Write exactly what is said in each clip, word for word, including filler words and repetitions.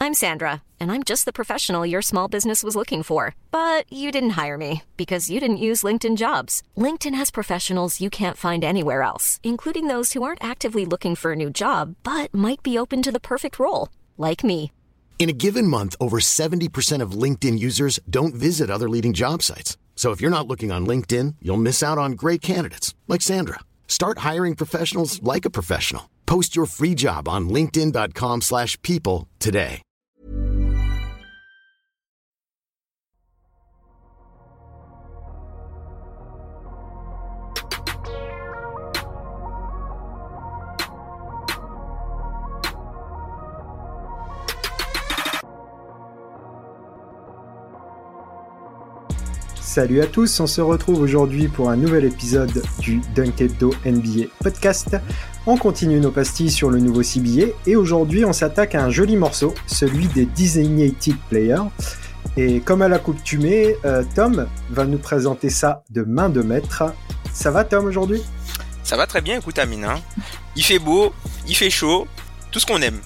I'm Sandra, and I'm just the professional your small business was looking for. But you didn't hire me because you didn't use LinkedIn Jobs. LinkedIn has professionals you can't find anywhere else, including those who aren't actively looking for a new job, but might be open to the perfect role, like me. In a given month, over seventy percent of LinkedIn users don't visit other leading job sites. So if you're not looking on LinkedIn, you'll miss out on great candidates like Sandra. Start hiring professionals like a professional. Post your free job on linkedin.com slash people today. Salut à tous, on se retrouve aujourd'hui pour un nouvel épisode du Dunk Hebdo N B A Podcast. On continue nos pastilles sur le nouveau C B A et aujourd'hui on s'attaque à un joli morceau, celui des Designated Players. Et comme à l'accoutumée, euh, Tom va nous présenter ça de main de maître. Ça va Tom aujourd'hui ? Ça va très bien, écoute Amine, hein. Il fait beau, il fait chaud, tout ce qu'on aime.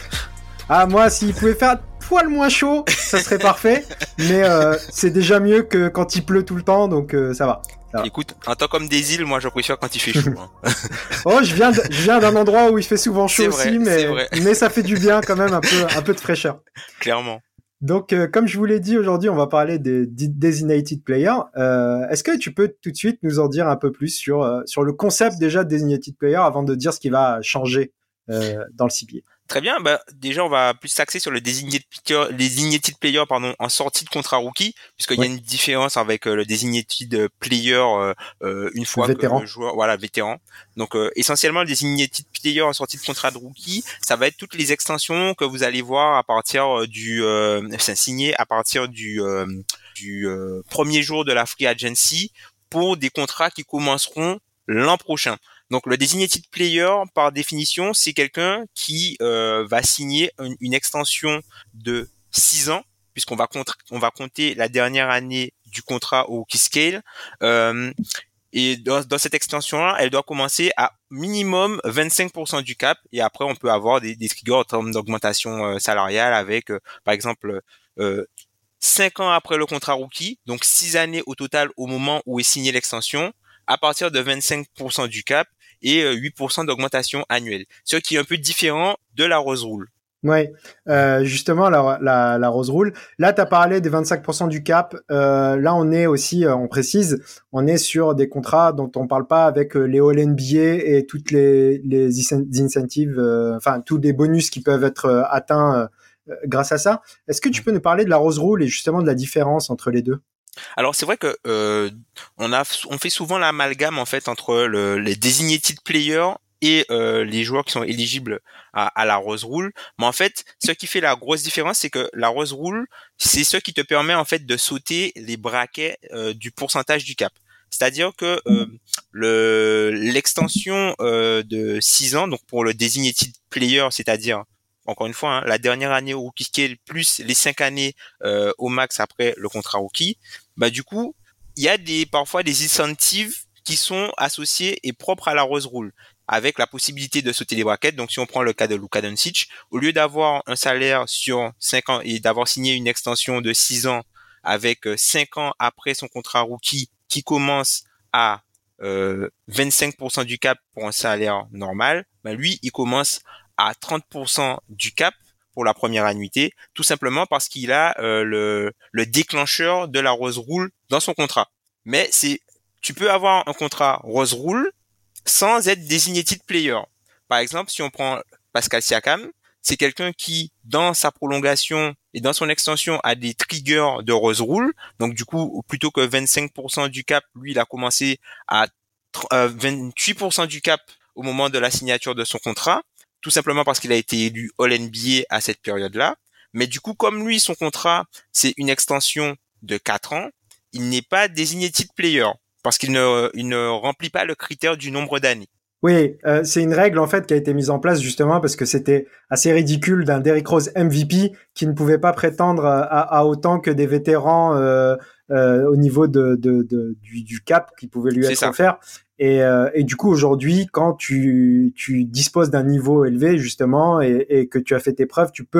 Ah moi, s'il pouvait faire poil moins chaud, ça serait parfait, mais euh, c'est déjà mieux que quand il pleut tout le temps, donc euh, ça va. Ça va. Écoute, en temps comme des îles, moi je préfère quand il fait chaud. Hein. Oh, je viens, de, je viens d'un endroit où il fait souvent chaud c'est aussi, vrai, mais, mais ça fait du bien quand même, un peu, un peu de fraîcheur. Clairement. Donc, euh, comme je vous l'ai dit, aujourd'hui, on va parler des Designated Players. Euh, est-ce que tu peux tout de suite nous en dire un peu plus sur, euh, sur le concept déjà de Designated Player avant de dire ce qui va changer euh, dans le C B A? Très bien, bah déjà on va plus s'axer sur le designated player, les designated player pardon en sortie de contrat rookie, puisqu'il oui. y a une différence avec euh, le designated player euh, euh, une fois le que le joueur voilà vétéran. Donc euh, essentiellement le designated player en sortie de contrat de rookie, ça va être toutes les extensions que vous allez voir à partir du euh, enfin, signées à partir du euh, du euh, premier jour de la free agency pour des contrats qui commenceront l'an prochain. Donc le designated player, par définition, c'est quelqu'un qui euh, va signer une, une extension de six ans, puisqu'on va, compter, on va compter la dernière année du contrat au rookie scale. Euh, et dans, dans cette extension-là, elle doit commencer à minimum vingt-cinq pour cent du cap. Et après, on peut avoir des, des triggers en termes d'augmentation euh, salariale avec, euh, par exemple, euh, cinq ans après le contrat rookie, donc six années au total au moment où est signée l'extension, à partir de vingt-cinq pour cent du cap et huit pour cent d'augmentation annuelle. Ce qui est un peu différent de la Rose Rule. Oui, euh, justement, la, la, la Rose Rule. Là, tu as parlé des vingt-cinq pour cent du cap. Euh, là, on est aussi, euh, on précise, on est sur des contrats dont on parle pas avec euh, les All N B A et toutes les, les incentives, euh, enfin, tous les bonus qui peuvent être euh, atteints euh, grâce à ça. Est-ce que tu peux nous parler de la Rose Rule et justement de la différence entre les deux ? Alors c'est vrai que euh, on a on fait souvent l'amalgame en fait entre le, les designated players et euh, les joueurs qui sont éligibles à, à la Rose Rule. Mais en fait, ce qui fait la grosse différence, c'est que la Rose Rule, c'est ce qui te permet en fait de sauter les braquets euh, du pourcentage du cap. C'est-à-dire que euh, le l'extension euh, de six ans, donc pour le designated player, c'est-à-dire encore une fois, hein, la dernière année au rookie scale plus les cinq années euh, au max après le contrat rookie, bah du coup, il y a des parfois des incentives qui sont associés et propres à la Rose Rule, avec la possibilité de sauter les brackets. Donc si on prend le cas de Luka Doncic, au lieu d'avoir un salaire sur cinq ans et d'avoir signé une extension de six ans avec cinq ans après son contrat rookie qui commence à euh, vingt-cinq pour cent du cap pour un salaire normal, bah lui, il commence à trente pour cent du cap pour la première annuité, tout simplement parce qu'il a euh, le, le déclencheur de la Rose Rule dans son contrat. Mais c'est, tu peux avoir un contrat Rose Rule sans être designated player. Par exemple, si on prend Pascal Siakam, c'est quelqu'un qui, dans sa prolongation et dans son extension, a des triggers de Rose Rule. Donc du coup, plutôt que vingt-cinq pour cent du cap, lui, il a commencé à vingt-huit pour cent du cap au moment de la signature de son contrat, tout simplement parce qu'il a été élu All N B A à cette période-là. Mais du coup, comme lui, son contrat, c'est une extension de quatre ans, il n'est pas designated player parce qu'il ne, il ne remplit pas le critère du nombre d'années. Oui, euh, c'est une règle en fait qui a été mise en place justement parce que c'était assez ridicule d'un Derrick Rose M V P qui ne pouvait pas prétendre à, à autant que des vétérans euh, euh, au niveau de, de, de du, du cap qui pouvait lui c'est être ça. offert. Et, euh, et du coup aujourd'hui, quand tu tu disposes d'un niveau élevé justement et, et que tu as fait tes preuves, tu peux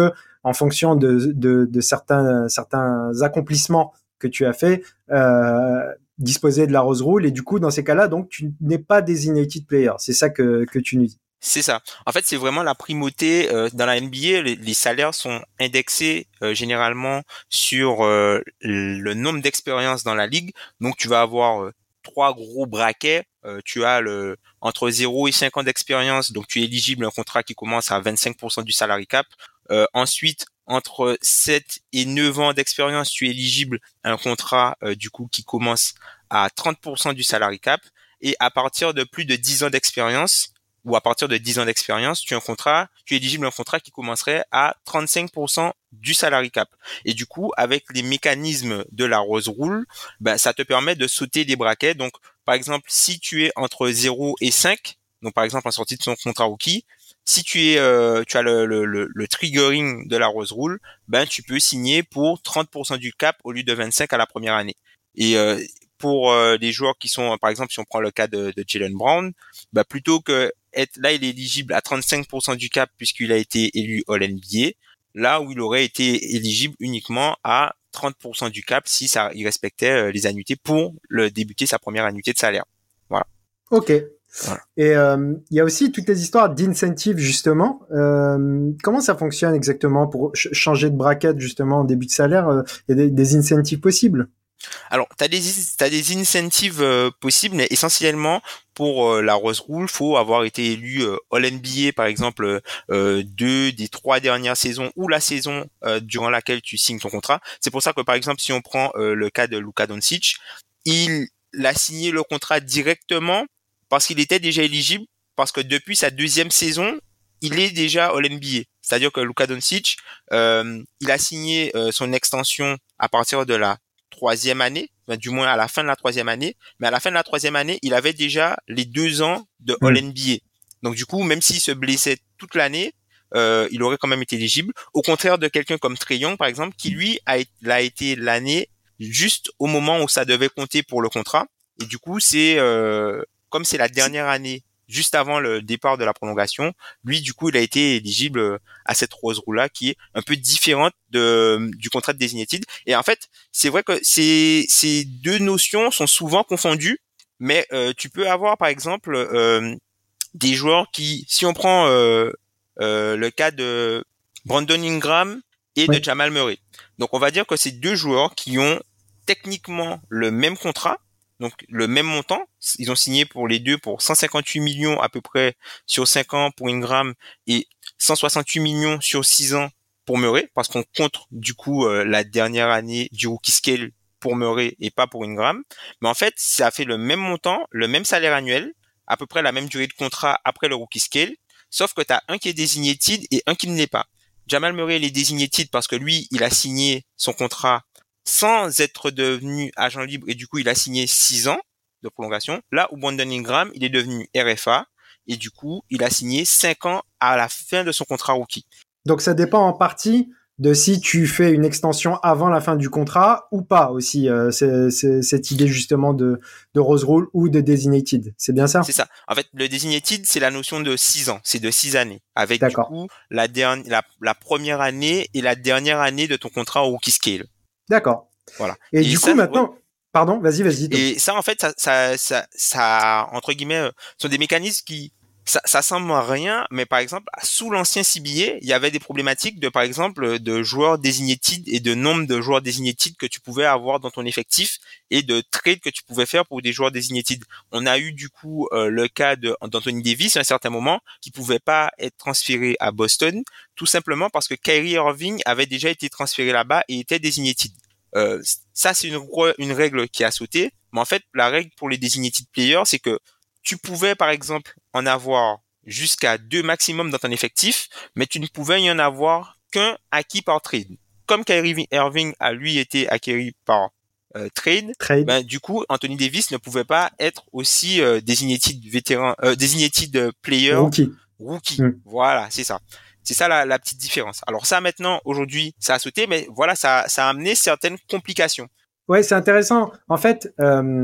en fonction de, de, de certains, certains accomplissements que tu as fait, euh, disposer de la rose rule. Et du coup, dans ces cas-là, donc, tu n'es pas designated player. C'est ça que, que tu nous dis. C'est ça. En fait, c'est vraiment la primauté euh, dans la N B A. Les, les salaires sont indexés euh, généralement sur euh, le nombre d'expériences dans la ligue. Donc, tu vas avoir euh, trois gros braquets. Euh, tu as le entre zéro et cinq ans d'expérience. Donc, tu es éligible à un contrat qui commence à vingt-cinq pour cent du salary cap. Euh, ensuite, entre sept et neuf ans d'expérience, tu es éligible à un contrat euh, du coup qui commence à trente pour cent du salary cap. Et à partir de plus de dix ans d'expérience, ou à partir de dix ans d'expérience, tu as un contrat, tu es éligible à un contrat qui commencerait à trente-cinq pour cent du salary cap. Et du coup, avec les mécanismes de la rose rule, ben, ça te permet de sauter des braquets. Donc, par exemple, si tu es entre zéro et cinq, donc par exemple en sortie de son contrat rookie, si tu es, euh, tu as le, le, le, le triggering de la rose rule, ben, tu peux signer pour trente pour cent du cap au lieu de vingt-cinq à la première année. Et, euh, pour euh, les joueurs qui sont, par exemple, si on prend le cas de, de Jaylen Brown, bah plutôt que être là, il est éligible à trente-cinq pour cent du cap puisqu'il a été élu All N B A, là où il aurait été éligible uniquement à trente pour cent du cap si ça, il respectait euh, les annuités pour le débuter sa première annuité de salaire. Voilà. Ok. Voilà. Et il euh, y a aussi toutes les histoires d'incentive justement. Euh, comment ça fonctionne exactement pour ch- changer de bracket justement en début de salaire? Il y a des, des incentives possibles? Alors, tu as des t'as des incentives euh, possibles, mais essentiellement pour euh, la rose rule, faut avoir été élu euh, All N B A par exemple euh, deux des trois dernières saisons ou la saison euh, durant laquelle tu signes ton contrat. C'est pour ça que par exemple si on prend euh, le cas de Luka Doncic, il a signé le contrat directement parce qu'il était déjà éligible, parce que depuis sa deuxième saison, il est déjà All N B A. C'est-à-dire que Luka Doncic, euh, il a signé euh, son extension à partir de la troisième année, enfin, du moins à la fin de la troisième année, mais à la fin de la troisième année, il avait déjà les deux ans de All N B A. Donc du coup, même s'il se blessait toute l'année, euh, il aurait quand même été éligible. Au contraire de quelqu'un comme Trae Young, par exemple, qui lui a, a été l'année juste au moment où ça devait compter pour le contrat. Et du coup, c'est euh, comme c'est la dernière année juste avant le départ de la prolongation, lui, du coup, il a été éligible à cette rose rule-là qui est un peu différente de, du contrat de designated. Et en fait, c'est vrai que ces, ces deux notions sont souvent confondues, mais euh, tu peux avoir, par exemple, euh, des joueurs qui, si on prend euh, euh, le cas de Brandon Ingram et oui. de Jamal Murray. Donc, on va dire que c'est deux joueurs qui ont techniquement le même contrat, donc le même montant. Ils ont signé pour les deux pour cent cinquante-huit millions à peu près sur cinq ans pour Ingram et cent soixante-huit millions sur six ans pour Murray, parce qu'on compte du coup euh, la dernière année du rookie scale pour Murray et pas pour Ingram. Mais en fait, ça fait le même montant, le même salaire annuel, à peu près la même durée de contrat après le rookie scale, sauf que tu as un qui est designated et un qui ne l'est pas. Jamal Murray il est designated parce que lui, il a signé son contrat sans être devenu agent libre et du coup il a signé six ans de prolongation, là où Brandon Ingram il est devenu R F A et du coup il a signé cinq ans à la fin de son contrat rookie. Donc ça dépend en partie de si tu fais une extension avant la fin du contrat ou pas aussi, euh, c'est, c'est, cette idée justement de, de rose rule ou de designated, c'est bien ça? C'est ça, en fait le designated c'est la notion de six ans, c'est de six années, avec D'accord. du coup la, dernière, la, la première année et la dernière année de ton contrat au rookie scale. D'accord. Voilà. Et, et du ça, coup, maintenant, ouais. pardon, vas-y, vas-y. Tom. Et ça, en fait, ça, ça, ça, ça entre guillemets, sont des mécanismes qui, ça, ça semble rien, mais par exemple, sous l'ancien C B A, il y avait des problématiques de, par exemple, de joueurs designated et de nombre de joueurs designated que tu pouvais avoir dans ton effectif et de trades que tu pouvais faire pour des joueurs designated. On a eu du coup euh, le cas de d'Anthony Davis à un certain moment qui pouvait pas être transféré à Boston, tout simplement parce que Kyrie Irving avait déjà été transféré là-bas et était designated. Euh, ça, c'est une, une règle qui a sauté. Mais en fait, la règle pour les designated players, c'est que tu pouvais, par exemple, en avoir jusqu'à deux maximum dans ton effectif, mais tu ne pouvais y en avoir qu'un acquis par trade. Comme Kyrie Irving a, lui, été acquis par euh, trade, trade. Ben, du coup, Anthony Davis ne pouvait pas être aussi euh, designated vétéran, euh, designated player rookie. rookie. Mm. Voilà, c'est ça. C'est ça la, la petite différence. Alors ça maintenant, aujourd'hui, ça a sauté, mais voilà, ça, ça a amené certaines complications. Ouais, c'est intéressant. En fait, euh,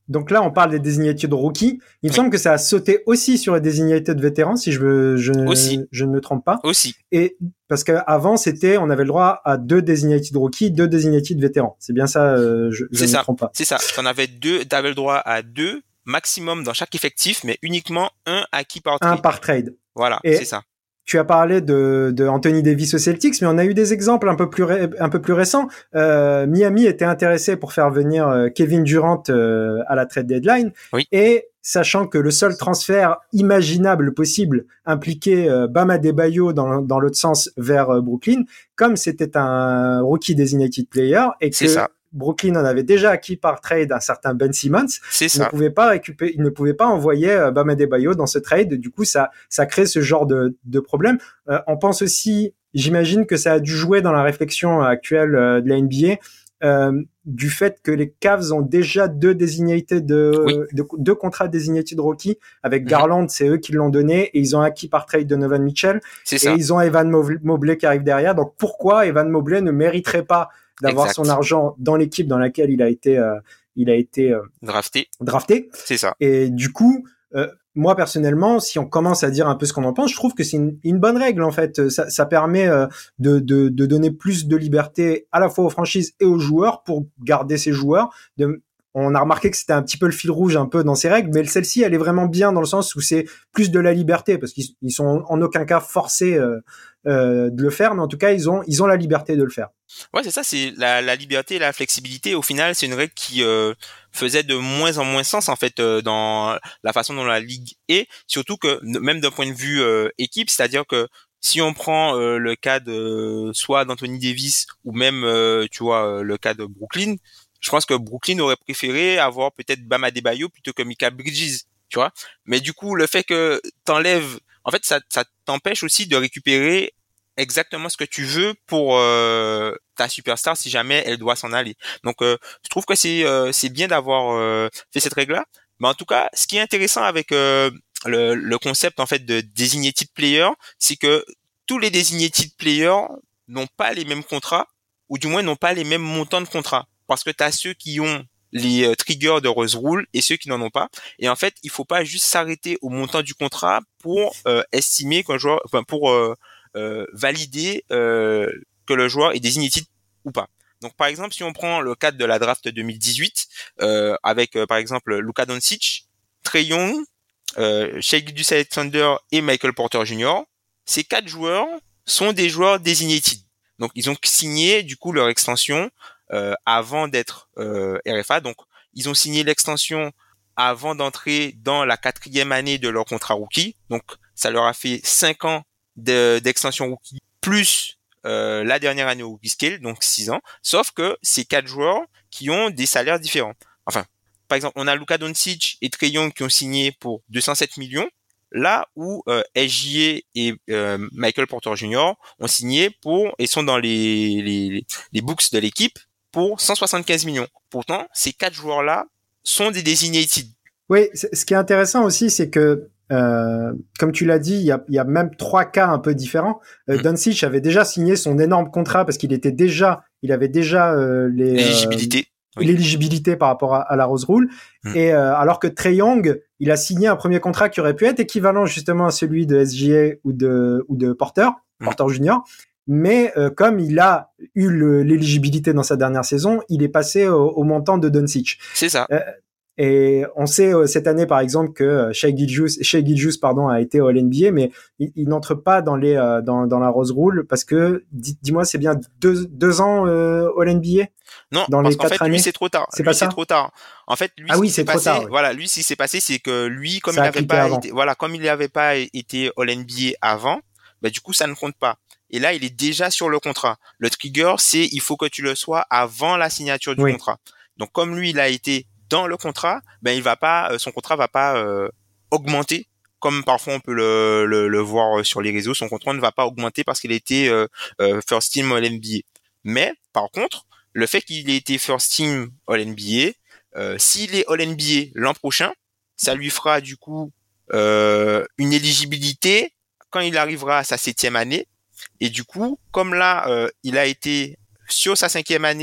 donc là, on parle des designated rookies. Il me Oui. semble que ça a sauté aussi sur les designated vétérans, si je, me, je, Aussi. je ne me trompe pas. Aussi. Et parce qu'avant, c'était, on avait le droit à deux designated rookies, deux designated vétérans. C'est bien ça, euh, je, je C'est ne ça. me trompe pas. C'est ça. T'en avais deux, t'avais le droit à deux maximum dans chaque effectif, mais uniquement un acquis par trade. Un par trade. Voilà, Et c'est ça. Tu as parlé de, de Anthony Davis aux Celtics, mais on a eu des exemples un peu plus ré, un peu plus récents. Euh, Miami était intéressé pour faire venir euh, Kevin Durant euh, à la trade deadline, oui. Et sachant que le seul transfert imaginable possible impliquait euh, Bam Adebayo dans, dans l'autre sens vers euh, Brooklyn, comme c'était un rookie designated player et que ça. Brooklyn en avait déjà acquis par trade un certain Ben Simmons. C'est il ça. ne pouvait pas récupérer, il ne pouvait pas envoyer euh, Bam Adebayo dans ce trade. Du coup, ça, ça crée ce genre de, de problème. Euh, on pense aussi, j'imagine que ça a dû jouer dans la réflexion actuelle euh, de la N B A, euh, du fait que les Cavs ont déjà deux designated de, oui. de, deux contrats designated rookie avec Garland, mm-hmm. c'est eux qui l'ont donné et ils ont acquis par trade Donovan Mitchell. C'est et ça. ils ont Evan Mobley qui arrive derrière. Donc pourquoi Evan Mobley ne mériterait pas d'avoir exact. son argent dans l'équipe dans laquelle il a été euh, il a été euh, drafté. Drafté. C'est ça. Et du coup, euh, moi personnellement, si on commence à dire un peu ce qu'on en pense, je trouve que c'est une, une bonne règle en fait. Ça, ça permet euh, de, de, de donner plus de liberté à la fois aux franchises et aux joueurs pour garder ces joueurs. De, on a remarqué que c'était un petit peu le fil rouge un peu dans ces règles, mais celle-ci, elle est vraiment bien dans le sens où c'est plus de la liberté parce qu'ils ils sont en aucun cas forcés euh, euh, de le faire, mais en tout cas, ils ont ils ont la liberté de le faire. Ouais, c'est ça, c'est la, la liberté et la flexibilité. Au final, c'est une règle qui euh, faisait de moins en moins sens en fait euh, dans la façon dont la ligue est, surtout que même d'un point de vue euh, équipe, c'est-à-dire que si on prend euh, le cas de soit d'Anthony Davis ou même euh, tu vois euh, le cas de Brooklyn, je pense que Brooklyn aurait préféré avoir peut-être Bam Adebayo plutôt que Mikal Bridges, tu vois. Mais du coup, le fait que t'enlèves, en fait, ça, ça t'empêche aussi de récupérer exactement ce que tu veux pour euh, ta superstar si jamais elle doit s'en aller. Donc, euh, je trouve que c'est euh, c'est bien d'avoir euh, fait cette règle-là. Mais en tout cas, ce qui est intéressant avec euh, le, le concept en fait de designated player, c'est que tous les designated players n'ont pas les mêmes contrats, ou du moins n'ont pas les mêmes montants de contrats. Parce que tu as ceux qui ont les euh, triggers de Rose Rule et ceux qui n'en ont pas. Et en fait, il faut pas juste s'arrêter au montant du contrat pour euh, estimer qu'un joueur, enfin pour euh, euh, valider euh, que le joueur est designated ou pas. Donc par exemple, si on prend le cadre de la draft deux mille dix-huit euh, avec euh, par exemple Luka Doncic, Trae Young, euh, Shai Gilgeous-Alexander et Michael Porter Junior, ces quatre joueurs sont des joueurs designated. Donc ils ont signé du coup leur extension Euh, avant d'être euh, R F A. Donc, ils ont signé l'extension avant d'entrer dans la quatrième année de leur contrat rookie. Donc, ça leur a fait cinq ans de, d'extension rookie, plus euh, la dernière année au rookie scale, donc six ans. Sauf que c'est quatre joueurs qui ont des salaires différents. Enfin, par exemple, on a Luka Doncic et Trae Young qui ont signé pour deux cent sept millions, là où euh, S J A et euh, Michael Porter Junior ont signé pour et sont dans les, les, les books de l'équipe pour cent soixante-quinze millions. Pourtant, ces quatre joueurs-là sont des designated. Oui, ce qui est intéressant aussi, c'est que, euh, comme tu l'as dit, il y a, il y a même trois cas un peu différents. Euh, mmh. Doncic avait déjà signé son énorme contrat parce qu'il était déjà, il avait déjà euh, les, l'éligibilité, euh, oui. l'éligibilité par rapport à, à la Rose Rule. Mmh. Et euh, alors que Trae Young, il a signé un premier contrat qui aurait pu être équivalent justement à celui de S J A ou de ou de Porter, mmh. Porter Junior. Mais euh, comme il a eu le, l'éligibilité dans sa dernière saison, il est passé au, au montant de Doncic. C'est ça. Euh, et on sait euh, cette année, par exemple, que Shai Gilgeous, Shai Gilgeous, pardon, a été au N B A, mais il, il n'entre pas dans les euh, dans dans la Rose Rule parce que dis, dis-moi, c'est bien deux deux ans euh, au N B A. Non, dans parce les qu'en quatre fait, années. lui, c'est trop tard. C'est lui, pas c'est ça trop tard. En fait, lui, ah ce oui, qui c'est s'est trop passé, tard. Oui. voilà, lui, ce qui s'est passé, c'est que lui, comme ça il n'avait pas avant. été, voilà, comme il n'avait pas été au N B A avant, bah du coup, ça ne compte pas. Et là, il est déjà sur le contrat. Le trigger, c'est il faut que tu le sois avant la signature du oui. contrat. Donc, comme lui, il a été dans le contrat, ben il va pas, son contrat va pas euh, augmenter. Comme parfois on peut le, le, le voir sur les réseaux, son contrat ne va pas augmenter parce qu'il a été euh, euh, first team All N B A. Mais par contre, le fait qu'il ait été first team All N B A, euh, s'il est All N B A l'an prochain, ça lui fera du coup euh, une éligibilité quand il arrivera à sa septième année. Et du coup, comme là, euh, il a été sur sa cinquième année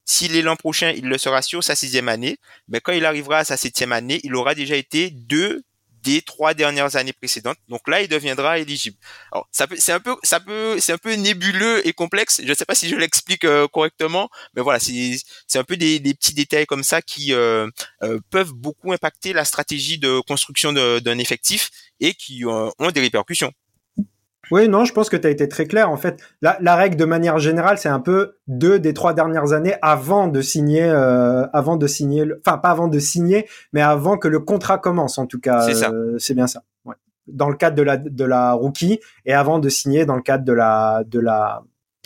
s'il est l'an prochain, il le sera sur sa sixième année, mais quand il arrivera à sa septième année, il aura déjà été deux des trois dernières années précédentes. Donc là, il deviendra éligible. Alors, ça peut, c'est un peu, ça peut, c'est un peu nébuleux et complexe. Je ne sais pas si je l'explique euh, correctement, mais voilà, c'est, c'est un peu des, des petits détails comme ça qui euh, euh, peuvent beaucoup impacter la stratégie de construction de, d'un effectif et qui euh, ont des répercussions. Oui, non, je pense que tu as été très clair. En fait, la, la règle de manière générale, c'est un peu deux des trois dernières années avant de signer, euh, avant de signer, le, enfin pas avant de signer, mais avant que le contrat commence. En tout cas, c'est ça. Euh, c'est bien ça. Ouais. Dans le cadre de la de la rookie et avant de signer dans le cadre de la de la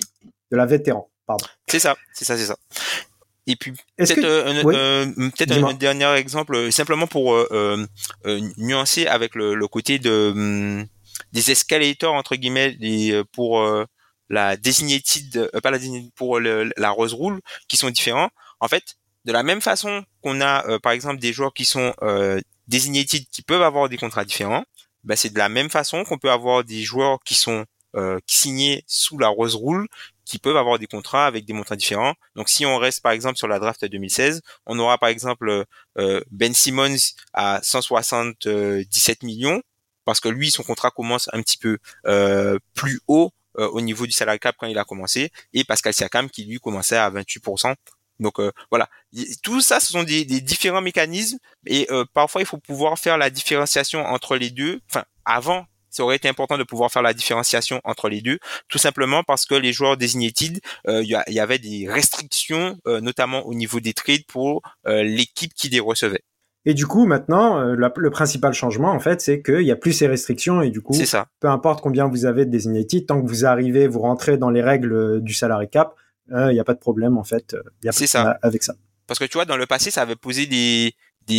de la vétéran. Pardon. C'est ça, c'est ça, c'est ça. Et puis Est-ce peut-être, que... euh, oui. euh, peut-être un, un dernier exemple, simplement pour euh, euh, nuancer avec le, le côté de hum, des escalators entre guillemets des, pour euh, la designated euh, pas la designated, pour le, la rose rule qui sont différents. En fait, de la même façon qu'on a euh, par exemple des joueurs qui sont euh, designated qui peuvent avoir des contrats différents, ben c'est de la même façon qu'on peut avoir des joueurs qui sont euh, signés sous la rose rule qui peuvent avoir des contrats avec des montants différents. Donc si on reste par exemple sur la draft deux mille seize, on aura par exemple euh, Ben Simmons à cent soixante-dix-sept millions parce que lui son contrat commence un petit peu euh, plus haut euh, au niveau du salary cap quand il a commencé, et Pascal Siakam qui lui commençait à vingt-huit pour cent. Donc euh, voilà, tout ça ce sont des, des différents mécanismes et euh, parfois il faut pouvoir faire la différenciation entre les deux. Enfin avant ça aurait été important de pouvoir faire la différenciation entre les deux, tout simplement parce que les joueurs designated, euh, y, a, y avait des restrictions, euh, notamment au niveau des trades pour euh, l'équipe qui les recevait. Et du coup, maintenant, euh, la, le principal changement, en fait, c'est qu'il y a plus ces restrictions et du coup, c'est ça. Peu importe combien vous avez de designated, tant que vous arrivez, vous rentrez dans les règles du salary cap, il euh, n'y a pas de problème, en fait, y a c'est pas, ça. avec ça. Parce que tu vois, dans le passé, ça avait posé des,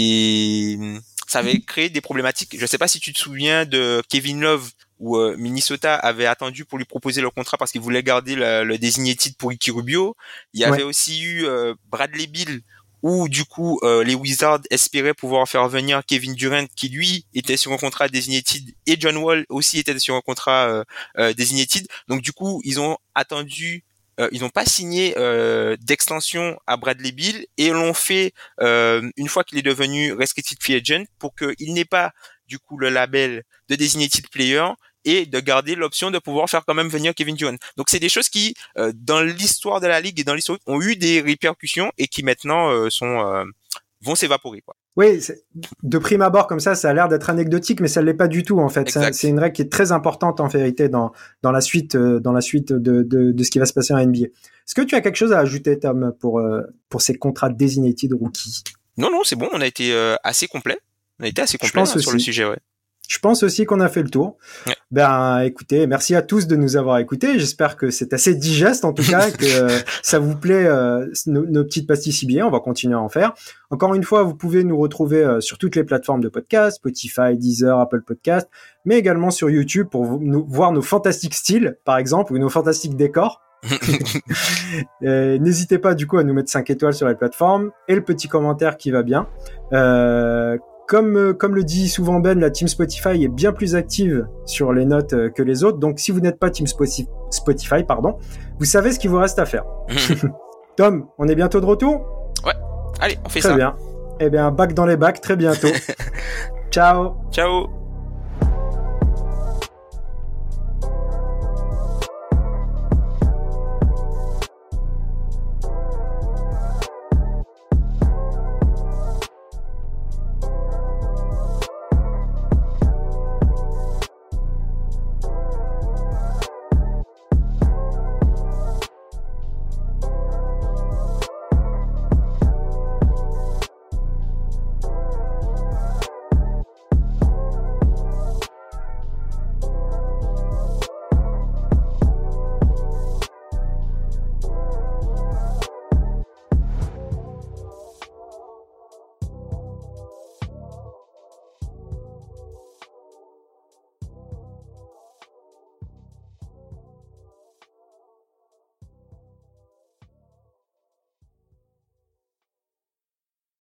des, ça avait créé des problématiques. Je sais pas si tu te souviens de Kevin Love, où euh, Minnesota avait attendu pour lui proposer le contrat parce qu'il voulait garder le, le designated pour Ricky Rubio. Il y avait ouais. aussi eu euh, Bradley Beal, où du coup euh, les Wizards espéraient pouvoir faire venir Kevin Durant, qui lui était sur un contrat designated, et John Wall aussi était sur un contrat euh, euh, designated. Donc du coup, ils ont attendu. Euh, ils n'ont pas signé euh, d'extension à Bradley Beal et l'ont fait euh, une fois qu'il est devenu restricted free agent pour qu'il n'ait pas du coup le label de designated player et de garder l'option de pouvoir faire quand même venir Kevin Durant. Donc c'est des choses qui euh, dans l'histoire de la ligue et dans l'histoire ont eu des répercussions et qui maintenant euh, sont euh, vont s'évaporer quoi. Oui, c'est, de prime abord comme ça, ça a l'air d'être anecdotique, mais ça l'est pas du tout en fait. Ça, c'est une règle qui est très importante en vérité dans dans la suite euh, dans la suite de, de de ce qui va se passer en N B A. Est-ce que tu as quelque chose à ajouter, Tom, pour euh, pour ces contrats designated rookies? Non, non, c'est bon. On a été euh, assez complet. On a été assez complet hein, sur le sujet, ouais. Je pense aussi qu'on a fait le tour. Ouais. Ben, écoutez, merci à tous de nous avoir écoutés. J'espère que c'est assez digeste, en tout cas, que euh, ça vous plaît, euh, nos, nos petites pastilles C B A. On va continuer à en faire. Encore une fois, vous pouvez nous retrouver euh, sur toutes les plateformes de podcast, Spotify, Deezer, Apple Podcast, mais également sur YouTube pour vous, nous, voir nos fantastiques styles, par exemple, ou nos fantastiques décors. euh, n'hésitez pas, du coup, à nous mettre cinq étoiles sur les plateformes et le petit commentaire qui va bien. Euh, Comme, comme le dit souvent Ben, la team Spotify est bien plus active sur les notes que les autres. Donc, si vous n'êtes pas team Spotify, Spotify pardon, vous savez ce qu'il vous reste à faire. Tom, on est bientôt de retour ? Ouais, allez, on fait très ça. Très bien. Eh bien, bac dans les bacs, très bientôt. Ciao. Ciao.